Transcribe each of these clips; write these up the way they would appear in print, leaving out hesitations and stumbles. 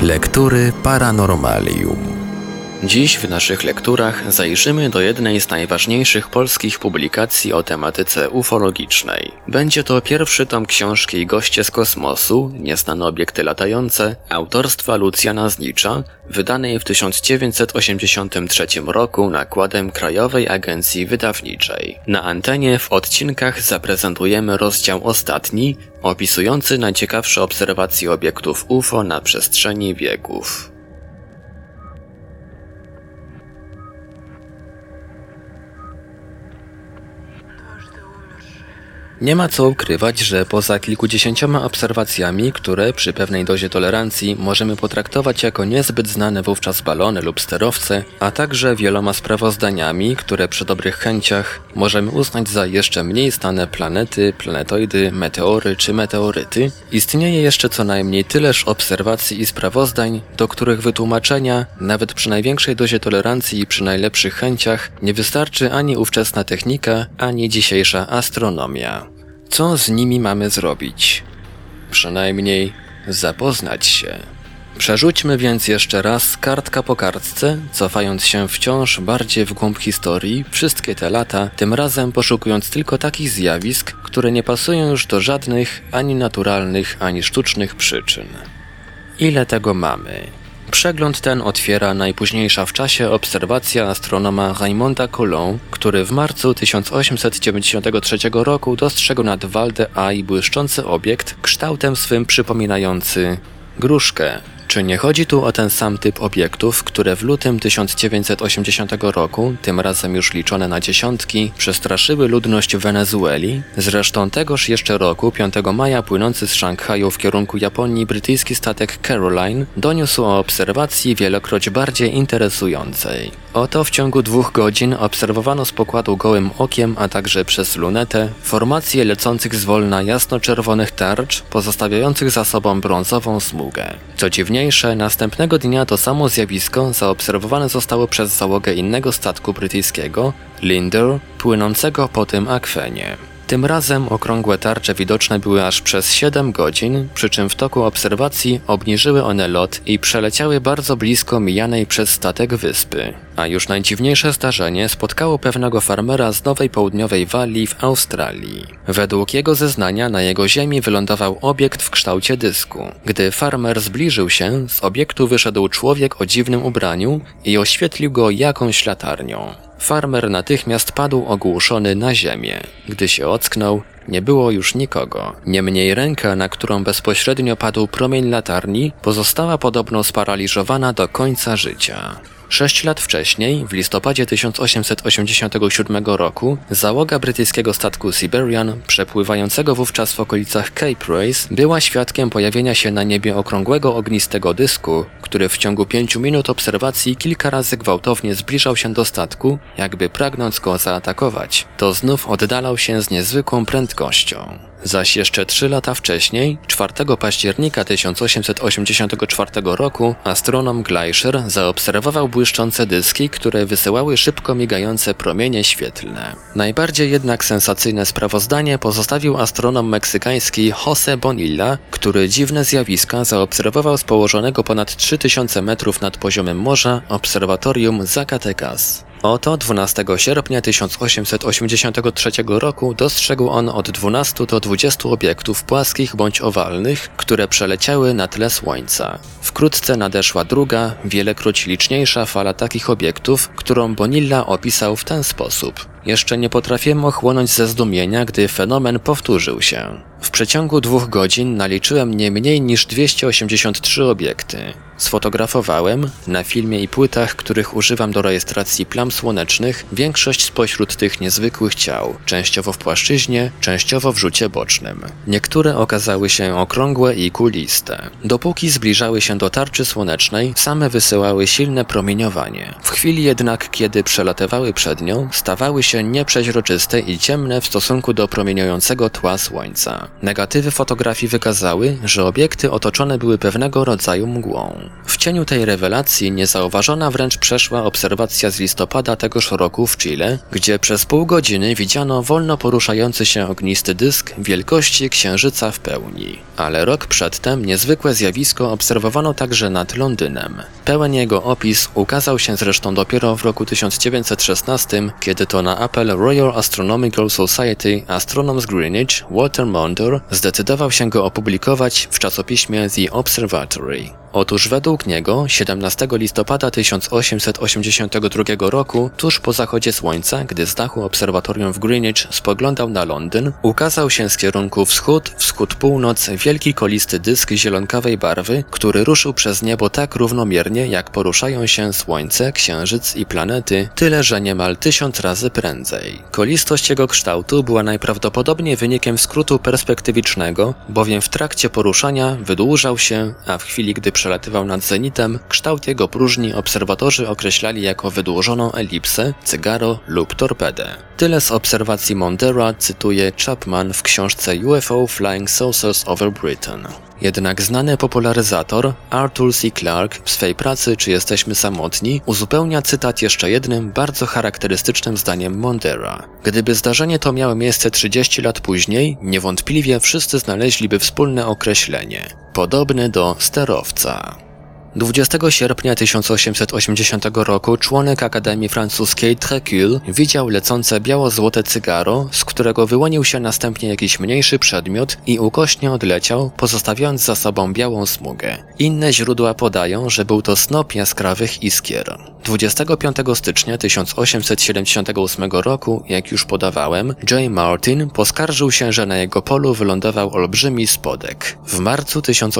Lektury Paranormalium. Dziś w naszych lekturach zajrzymy do jednej z najważniejszych polskich publikacji o tematyce ufologicznej. Będzie to pierwszy tom książki Goście z kosmosu, nieznane obiekty latające, autorstwa Lucjana Znicza, wydanej w 1983 roku nakładem Krajowej Agencji Wydawniczej. Na antenie w odcinkach zaprezentujemy rozdział ostatni, opisujący najciekawsze obserwacje obiektów UFO na przestrzeni wieków. Nie ma co ukrywać, że poza kilkudziesięcioma obserwacjami, które przy pewnej dozie tolerancji możemy potraktować jako niezbyt znane wówczas balony lub sterowce, a także wieloma sprawozdaniami, które przy dobrych chęciach możemy uznać za jeszcze mniej znane planety, planetoidy, meteory czy meteoryty, istnieje jeszcze co najmniej tyleż obserwacji i sprawozdań, do których wytłumaczenia, nawet przy największej dozie tolerancji i przy najlepszych chęciach, nie wystarczy ani ówczesna technika, ani dzisiejsza astronomia. Co z nimi mamy zrobić? Przynajmniej zapoznać się. Przerzućmy więc jeszcze raz kartka po kartce, cofając się wciąż bardziej w głąb historii, wszystkie te lata, tym razem poszukując tylko takich zjawisk, które nie pasują już do żadnych ani naturalnych, ani sztucznych przyczyn. Ile tego mamy? Przegląd ten otwiera najpóźniejsza w czasie obserwacja astronoma Raymonda Colomb, który w marcu 1893 roku dostrzegł nad Val d'Aille błyszczący obiekt kształtem swym przypominający gruszkę. Czy nie chodzi tu o ten sam typ obiektów, które w lutym 1980 roku, tym razem już liczone na dziesiątki, przestraszyły ludność Wenezueli? Zresztą tegoż jeszcze roku, 5 maja, płynący z Szanghaju w kierunku Japonii brytyjski statek Caroline doniósł o obserwacji wielokroć bardziej interesującej. Oto w ciągu 2 godzin obserwowano z pokładu gołym okiem, a także przez lunetę, formacje lecących zwolna jasno-czerwonych tarcz, pozostawiających za sobą brązową smugę. Co dziwniejsze, następnego dnia to samo zjawisko zaobserwowane zostało przez załogę innego statku brytyjskiego, Linder, płynącego po tym akwenie. Tym razem okrągłe tarcze widoczne były aż przez 7 godzin, przy czym w toku obserwacji obniżyły one lot i przeleciały bardzo blisko mijanej przez statek wyspy. A już najdziwniejsze zdarzenie spotkało pewnego farmera z Nowej Południowej Walii w Australii. Według jego zeznania na jego ziemi wylądował obiekt w kształcie dysku. Gdy farmer zbliżył się, z obiektu wyszedł człowiek o dziwnym ubraniu i oświetlił go jakąś latarnią. Farmer natychmiast padł ogłuszony na ziemię. Gdy się ocknął, nie było już nikogo. Niemniej ręka, na którą bezpośrednio padł promień latarni, pozostała podobno sparaliżowana do końca życia. 6 lat wcześniej, w listopadzie 1887 roku, załoga brytyjskiego statku Siberian, przepływającego wówczas w okolicach Cape Race, była świadkiem pojawienia się na niebie okrągłego ognistego dysku, który w ciągu 5 minut obserwacji kilka razy gwałtownie zbliżał się do statku, jakby pragnąc go zaatakować. To znów oddalał się z niezwykłą prędkością. Zaś jeszcze 3 lata wcześniej, 4 października 1884 roku, astronom Gleicher zaobserwował błyszczące dyski, które wysyłały szybko migające promienie świetlne. Najbardziej jednak sensacyjne sprawozdanie pozostawił astronom meksykański José Bonilla, który dziwne zjawiska zaobserwował z położonego ponad 3000 metrów nad poziomem morza obserwatorium Zacatecas. Oto 12 sierpnia 1883 roku dostrzegł on od 12 do 20 obiektów płaskich bądź owalnych, które przeleciały na tle Słońca. Wkrótce nadeszła druga, wielekroć liczniejsza fala takich obiektów, którą Bonilla opisał w ten sposób. Jeszcze nie potrafiłem ochłonąć ze zdumienia, gdy fenomen powtórzył się. W przeciągu 2 godzin naliczyłem nie mniej niż 283 obiekty. Sfotografowałem, na filmie i płytach, których używam do rejestracji plam słonecznych, większość spośród tych niezwykłych ciał, częściowo w płaszczyźnie, częściowo w rzucie bocznym. Niektóre okazały się okrągłe i kuliste. Dopóki zbliżały się do tarczy słonecznej, same wysyłały silne promieniowanie. W chwili jednak, kiedy przelatywały przed nią, stawały się nieprzeźroczyste i ciemne w stosunku do promieniującego tła Słońca. Negatywy fotografii wykazały, że obiekty otoczone były pewnego rodzaju mgłą. W cieniu tej rewelacji niezauważona wręcz przeszła obserwacja z listopada tegoż roku w Chile, gdzie przez pół godziny widziano wolno poruszający się ognisty dysk wielkości Księżyca w pełni. Ale rok przedtem niezwykłe zjawisko obserwowano także nad Londynem. Pełen jego opis ukazał się zresztą dopiero w roku 1916, kiedy to na apel Royal Astronomical Society astronom z Greenwich, Walter Maunder, zdecydował się go opublikować w czasopiśmie The Observatory. Otóż według niego 17 listopada 1882 roku, tuż po zachodzie słońca, gdy z dachu obserwatorium w Greenwich spoglądał na Londyn, ukazał się z kierunku wschód-północ wielki kolisty dysk zielonkawej barwy, który ruszył przez niebo tak równomiernie, jak poruszają się Słońce, Księżyc i planety, tyle że niemal 1000 razy prędzej. Kolistość jego kształtu była najprawdopodobniej wynikiem skrótu perspektywicznego, bowiem w trakcie poruszania wydłużał się, a w chwili gdy przelatywał nad zenitem, kształt jego próżni obserwatorzy określali jako wydłużoną elipsę, cygaro lub torpedę. Tyle z obserwacji Maundera cytuje Chapman w książce UFO Flying Saucers over Britain. Jednak znany popularyzator Arthur C. Clarke w swej pracy Czy jesteśmy samotni uzupełnia cytat jeszcze jednym bardzo charakterystycznym zdaniem Maundera. Gdyby zdarzenie to miało miejsce 30 lat później, niewątpliwie wszyscy znaleźliby wspólne określenie – podobny do sterowca. 20 sierpnia 1880 roku członek Akademii Francuskiej Trécule widział lecące biało-złote cygaro, z którego wyłonił się następnie jakiś mniejszy przedmiot i ukośnie odleciał, pozostawiając za sobą białą smugę. Inne źródła podają, że był to snop jaskrawych iskier. 25 stycznia 1878 roku, jak już podawałem, J. Martin poskarżył się, że na jego polu wylądował olbrzymi spodek. W marcu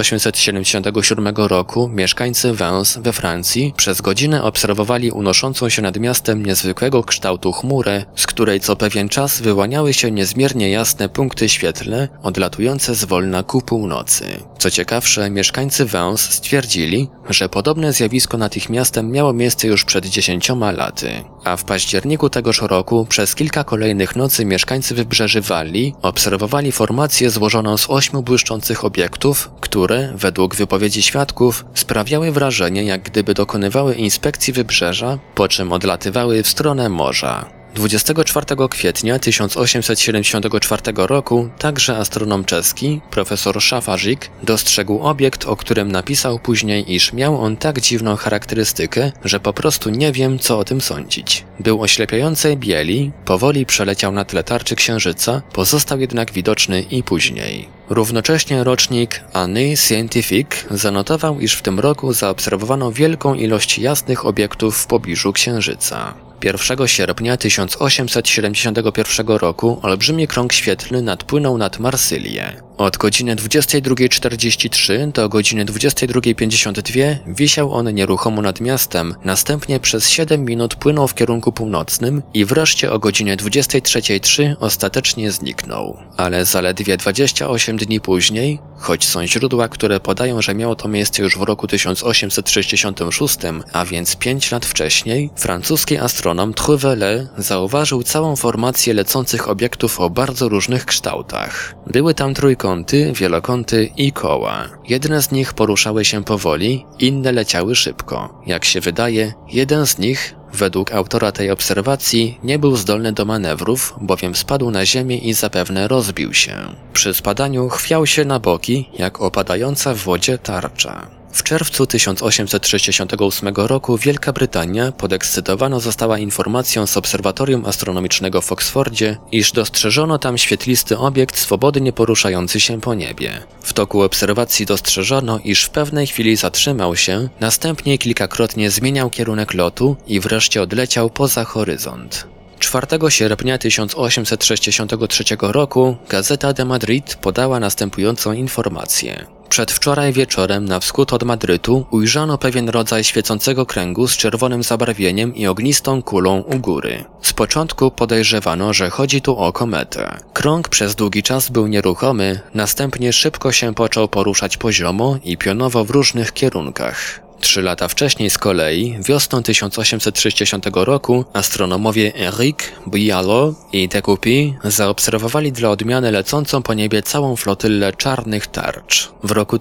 1877 roku mieszkańcy Vence we Francji przez godzinę obserwowali unoszącą się nad miastem niezwykłego kształtu chmurę, z której co pewien czas wyłaniały się niezmiernie jasne punkty świetlne, odlatujące zwolna ku północy. Co ciekawsze, mieszkańcy Vence stwierdzili, że podobne zjawisko nad ich miastem miało miejsce już przed 10 laty. A w październiku tegoż roku przez kilka kolejnych nocy mieszkańcy wybrzeży Walii obserwowali formację złożoną z 8 błyszczących obiektów, które, według wypowiedzi świadków, sprawiały wrażenie, jak gdyby dokonywały inspekcji wybrzeża, po czym odlatywały w stronę morza. 24 kwietnia 1874 roku także astronom czeski, profesor Szafarzik, dostrzegł obiekt, o którym napisał później, iż miał on tak dziwną charakterystykę, że po prostu nie wiem, co o tym sądzić. Był oślepiającej bieli, powoli przeleciał na tle tarczy Księżyca, pozostał jednak widoczny i później. Równocześnie rocznik Année Scientifique zanotował, iż w tym roku zaobserwowano wielką ilość jasnych obiektów w pobliżu Księżyca. 1 sierpnia 1871 roku olbrzymi krąg świetlny nadpłynął nad Marsylię. Od godziny 22:43 do godziny 22:52 wisiał on nieruchomo nad miastem, następnie przez 7 minut płynął w kierunku północnym i wreszcie o godzinie 23:03 ostatecznie zniknął. Ale zaledwie 28 dni później, choć są źródła, które podają, że miało to miejsce już w roku 1866, a więc 5 lat wcześniej, francuski astronom Trouvelot zauważył całą formację lecących obiektów o bardzo różnych kształtach. Były tam trójkąty, wielokąty i koła. Jedne z nich poruszały się powoli, inne leciały szybko. Jak się wydaje, jeden z nich, według autora tej obserwacji, nie był zdolny do manewrów, bowiem spadł na ziemię i zapewne rozbił się. Przy spadaniu chwiał się na boki, jak opadająca w wodzie tarcza. W czerwcu 1868 roku Wielka Brytania podekscytowana została informacją z Obserwatorium Astronomicznego w Oksfordzie, iż dostrzeżono tam świetlisty obiekt swobodnie poruszający się po niebie. W toku obserwacji dostrzeżono, iż w pewnej chwili zatrzymał się, następnie kilkakrotnie zmieniał kierunek lotu i wreszcie odleciał poza horyzont. 4 sierpnia 1863 roku Gazeta de Madrid podała następującą informację. Przedwczoraj wieczorem na wschód od Madrytu ujrzano pewien rodzaj świecącego kręgu z czerwonym zabarwieniem i ognistą kulą u góry. Z początku podejrzewano, że chodzi tu o kometę. Krąg przez długi czas był nieruchomy, następnie szybko się począł poruszać poziomo i pionowo w różnych kierunkach. 3 lata wcześniej z kolei, wiosną 1860 roku, astronomowie Henri Bialot i Decoupy zaobserwowali dla odmiany lecącą po niebie całą flotyllę czarnych tarcz. W roku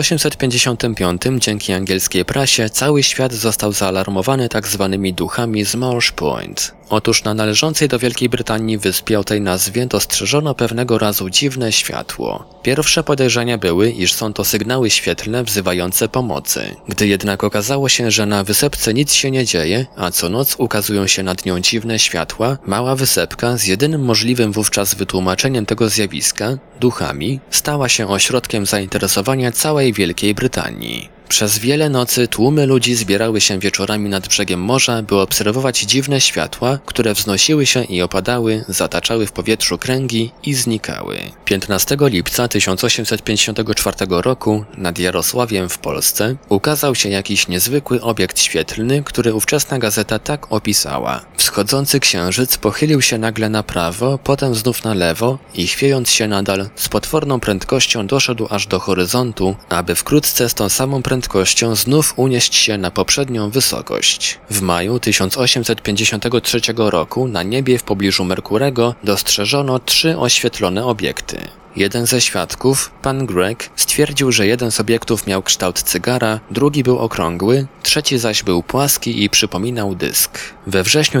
1855 dzięki angielskiej prasie cały świat został zaalarmowany tzw. duchami z Marsh Point. Otóż na należącej do Wielkiej Brytanii wyspie o tej nazwie dostrzeżono pewnego razu dziwne światło. Pierwsze podejrzenia były, iż są to sygnały świetlne wzywające pomocy. Gdy jednak okazało się, że na wysepce nic się nie dzieje, a co noc ukazują się nad nią dziwne światła, mała wysepka z jedynym możliwym wówczas wytłumaczeniem tego zjawiska, duchami, stała się ośrodkiem zainteresowania całej Wielkiej Brytanii. Przez wiele nocy tłumy ludzi zbierały się wieczorami nad brzegiem morza, by obserwować dziwne światła, które wznosiły się i opadały, zataczały w powietrzu kręgi i znikały. 15 lipca 1854 roku nad Jarosławiem w Polsce ukazał się jakiś niezwykły obiekt świetlny, który ówczesna gazeta tak opisała. Wschodzący księżyc pochylił się nagle na prawo, potem znów na lewo i chwiejąc się nadal, z potworną prędkością doszedł aż do horyzontu, aby wkrótce z tą samą prędkością znów unieść się na poprzednią wysokość. W maju 1853 roku na niebie w pobliżu Merkurego dostrzeżono 3 oświetlone obiekty. Jeden ze świadków, pan Gregg, stwierdził, że jeden z obiektów miał kształt cygara, drugi był okrągły, trzeci zaś był płaski i przypominał dysk. We wrześniu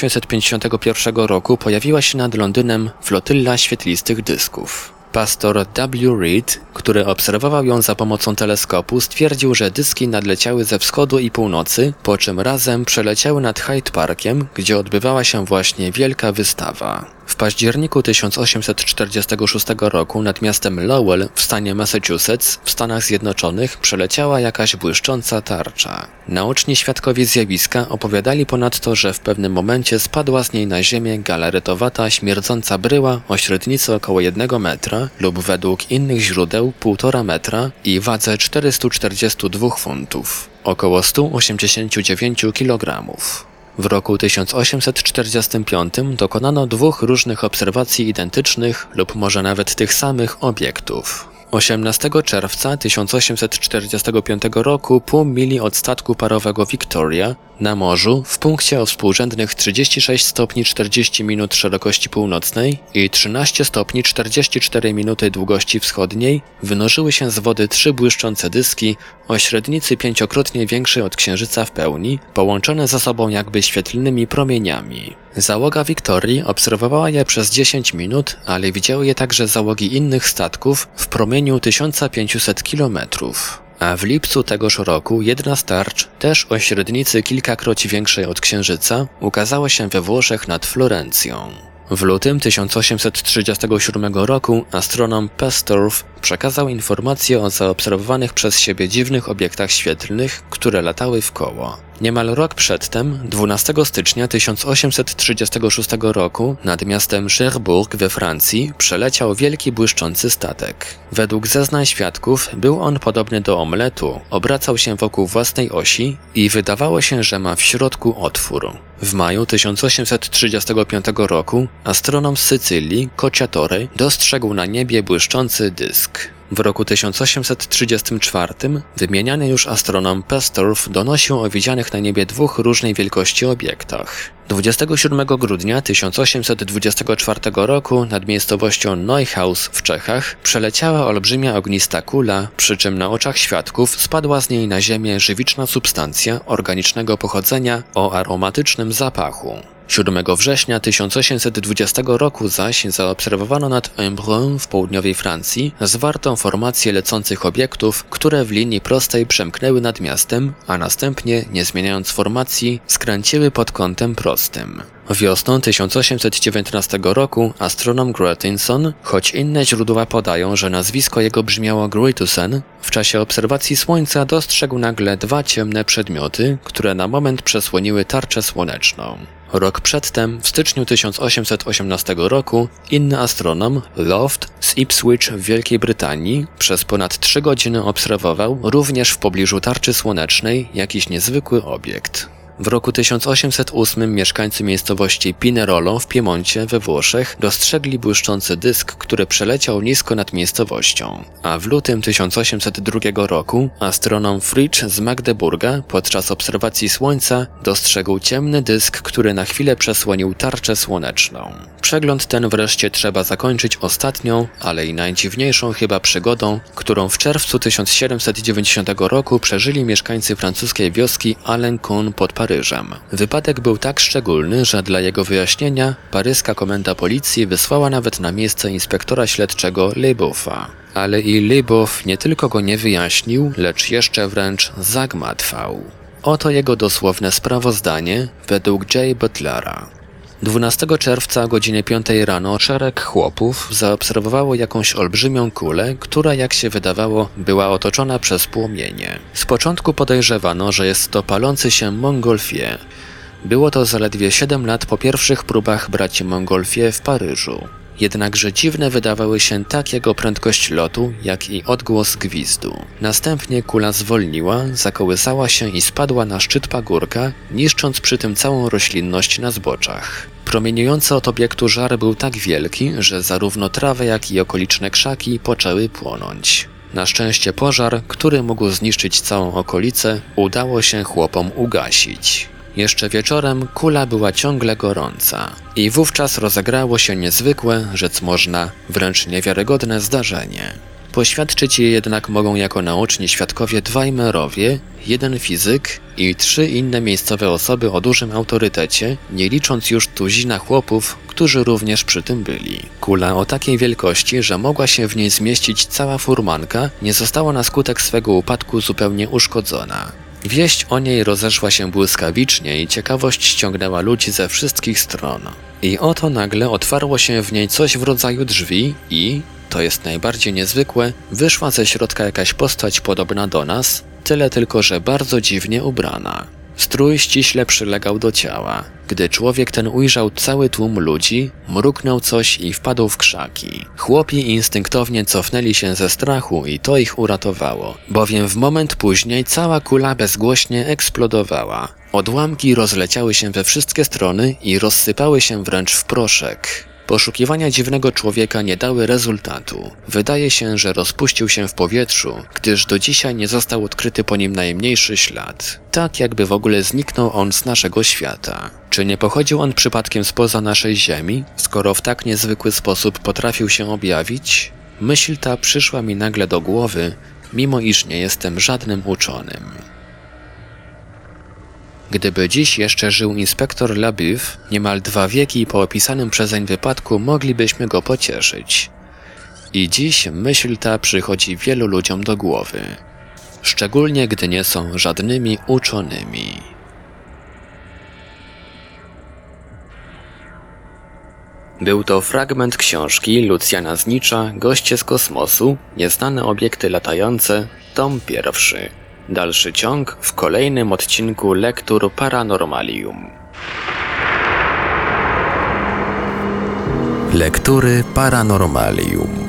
1851 roku pojawiła się nad Londynem flotylla świetlistych dysków. Pastor W. Reed, który obserwował ją za pomocą teleskopu, stwierdził, że dyski nadleciały ze wschodu i północy, po czym razem przeleciały nad Hyde Parkiem, gdzie odbywała się właśnie wielka wystawa. W październiku 1846 roku nad miastem Lowell w stanie Massachusetts w Stanach Zjednoczonych przeleciała jakaś błyszcząca tarcza. Naoczni świadkowie zjawiska opowiadali ponadto, że w pewnym momencie spadła z niej na ziemię galaretowata, śmierdząca bryła o średnicy około 1 metra lub według innych źródeł 1,5 metra i wadze 442 funtów, około 189 kg. W roku 1845 dokonano 2 różnych obserwacji identycznych lub może nawet tych samych obiektów. 18 czerwca 1845 roku pół mili od statku parowego Victoria na morzu w punkcie o współrzędnych 36 stopni 40 minut szerokości północnej i 13 stopni 44 minuty długości wschodniej wynożyły się z wody 3 błyszczące dyski o średnicy 5-krotnie większej od Księżyca w pełni, połączone ze sobą jakby świetlnymi promieniami. Załoga Wiktorii obserwowała je przez 10 minut, ale widziały je także załogi innych statków w promieniu 1500 km. A w lipcu tegoż roku jedna z tarcz, też o średnicy kilkakroć większej od Księżyca, ukazała się we Włoszech nad Florencją. W lutym 1837 roku astronom Pastorff przekazał informacje o zaobserwowanych przez siebie dziwnych obiektach świetlnych, które latały w koło. Niemal rok przedtem, 12 stycznia 1836 roku, nad miastem Cherbourg we Francji przeleciał wielki błyszczący statek. Według zeznań świadków był on podobny do omletu, obracał się wokół własnej osi i wydawało się, że ma w środku otwór. W maju 1835 roku astronom z Sycylii, Cacciatore, dostrzegł na niebie błyszczący dysk. W roku 1834 wymieniany już astronom Pastorff donosił o widzianych na niebie 2 różnej wielkości obiektach. 27 grudnia 1824 roku nad miejscowością Neuhaus w Czechach przeleciała olbrzymia ognista kula, przy czym na oczach świadków spadła z niej na ziemię żywiczna substancja organicznego pochodzenia o aromatycznym zapachu. 7 września 1820 roku zaś zaobserwowano nad Embrun w południowej Francji zwartą formację lecących obiektów, które w linii prostej przemknęły nad miastem, a następnie, nie zmieniając formacji, skręciły pod kątem prostym. Wiosną 1819 roku astronom Grothinson, choć inne źródła podają, że nazwisko jego brzmiało Gruithuisen, w czasie obserwacji Słońca dostrzegł nagle 2 ciemne przedmioty, które na moment przesłoniły tarczę słoneczną. Rok przedtem, w styczniu 1818 roku, inny astronom, Loft z Ipswich w Wielkiej Brytanii, przez ponad 3 godziny obserwował, również w pobliżu tarczy słonecznej, jakiś niezwykły obiekt. W roku 1808 mieszkańcy miejscowości Pinerolo w Piemoncie we Włoszech dostrzegli błyszczący dysk, który przeleciał nisko nad miejscowością. A w lutym 1802 roku astronom Fritsch z Magdeburga podczas obserwacji Słońca dostrzegł ciemny dysk, który na chwilę przesłonił tarczę słoneczną. Przegląd ten wreszcie trzeba zakończyć ostatnią, ale i najdziwniejszą chyba przygodą, którą w czerwcu 1790 roku przeżyli mieszkańcy francuskiej wioski Alencon pod Paryżem. Wypadek był tak szczególny, że dla jego wyjaśnienia paryska komenda policji wysłała nawet na miejsce inspektora śledczego Lebouffa. Ale i Leboeuf nie tylko go nie wyjaśnił, lecz jeszcze wręcz zagmatwał. Oto jego dosłowne sprawozdanie według J. Butlera. 12 czerwca o godzinie 5 rano szereg chłopów zaobserwowało jakąś olbrzymią kulę, która, jak się wydawało, była otoczona przez płomienie. Z początku podejrzewano, że jest to palący się Montgolfier. Było to zaledwie 7 lat po pierwszych próbach braci Montgolfier w Paryżu. Jednakże dziwne wydawały się tak jego prędkość lotu, jak i odgłos gwizdu. Następnie kula zwolniła, zakołysała się i spadła na szczyt pagórka, niszcząc przy tym całą roślinność na zboczach. Promieniujący od obiektu żar był tak wielki, że zarówno trawę, jak i okoliczne krzaki poczęły płonąć. Na szczęście pożar, który mógł zniszczyć całą okolicę, udało się chłopom ugasić. Jeszcze wieczorem kula była ciągle gorąca i wówczas rozegrało się niezwykłe, rzec można, wręcz niewiarygodne zdarzenie. Poświadczyć je jednak mogą jako naoczni świadkowie 2 merowie, 1 fizyk i 3 inne miejscowe osoby o dużym autorytecie, nie licząc już tuzina chłopów, którzy również przy tym byli. Kula o takiej wielkości, że mogła się w niej zmieścić cała furmanka, nie została na skutek swego upadku zupełnie uszkodzona. Wieść o niej rozeszła się błyskawicznie i ciekawość ściągnęła ludzi ze wszystkich stron. I oto nagle otwarło się w niej coś w rodzaju drzwi i, to jest najbardziej niezwykłe, wyszła ze środka jakaś postać podobna do nas, tyle tylko, że bardzo dziwnie ubrana. Strój ściśle przylegał do ciała. Gdy człowiek ten ujrzał cały tłum ludzi, mruknął coś i wpadł w krzaki. Chłopi instynktownie cofnęli się ze strachu i to ich uratowało, bowiem w moment później cała kula bezgłośnie eksplodowała. Odłamki rozleciały się we wszystkie strony i rozsypały się wręcz w proszek. Poszukiwania dziwnego człowieka nie dały rezultatu. Wydaje się, że rozpuścił się w powietrzu, gdyż do dzisiaj nie został odkryty po nim najmniejszy ślad. Tak jakby w ogóle zniknął on z naszego świata. Czy nie pochodził on przypadkiem spoza naszej ziemi, skoro w tak niezwykły sposób potrafił się objawić? Myśl ta przyszła mi nagle do głowy, mimo iż nie jestem żadnym uczonym. Gdyby dziś jeszcze żył inspektor Leboeuf, niemal 2 wieki po opisanym przezeń wypadku moglibyśmy go pocieszyć. I dziś myśl ta przychodzi wielu ludziom do głowy. Szczególnie gdy nie są żadnymi uczonymi. Był to fragment książki Lucjana Znicza Goście z kosmosu, Nieznane obiekty latające, tom 1. Dalszy ciąg w kolejnym odcinku Lektur Paranormalium. Lektury Paranormalium.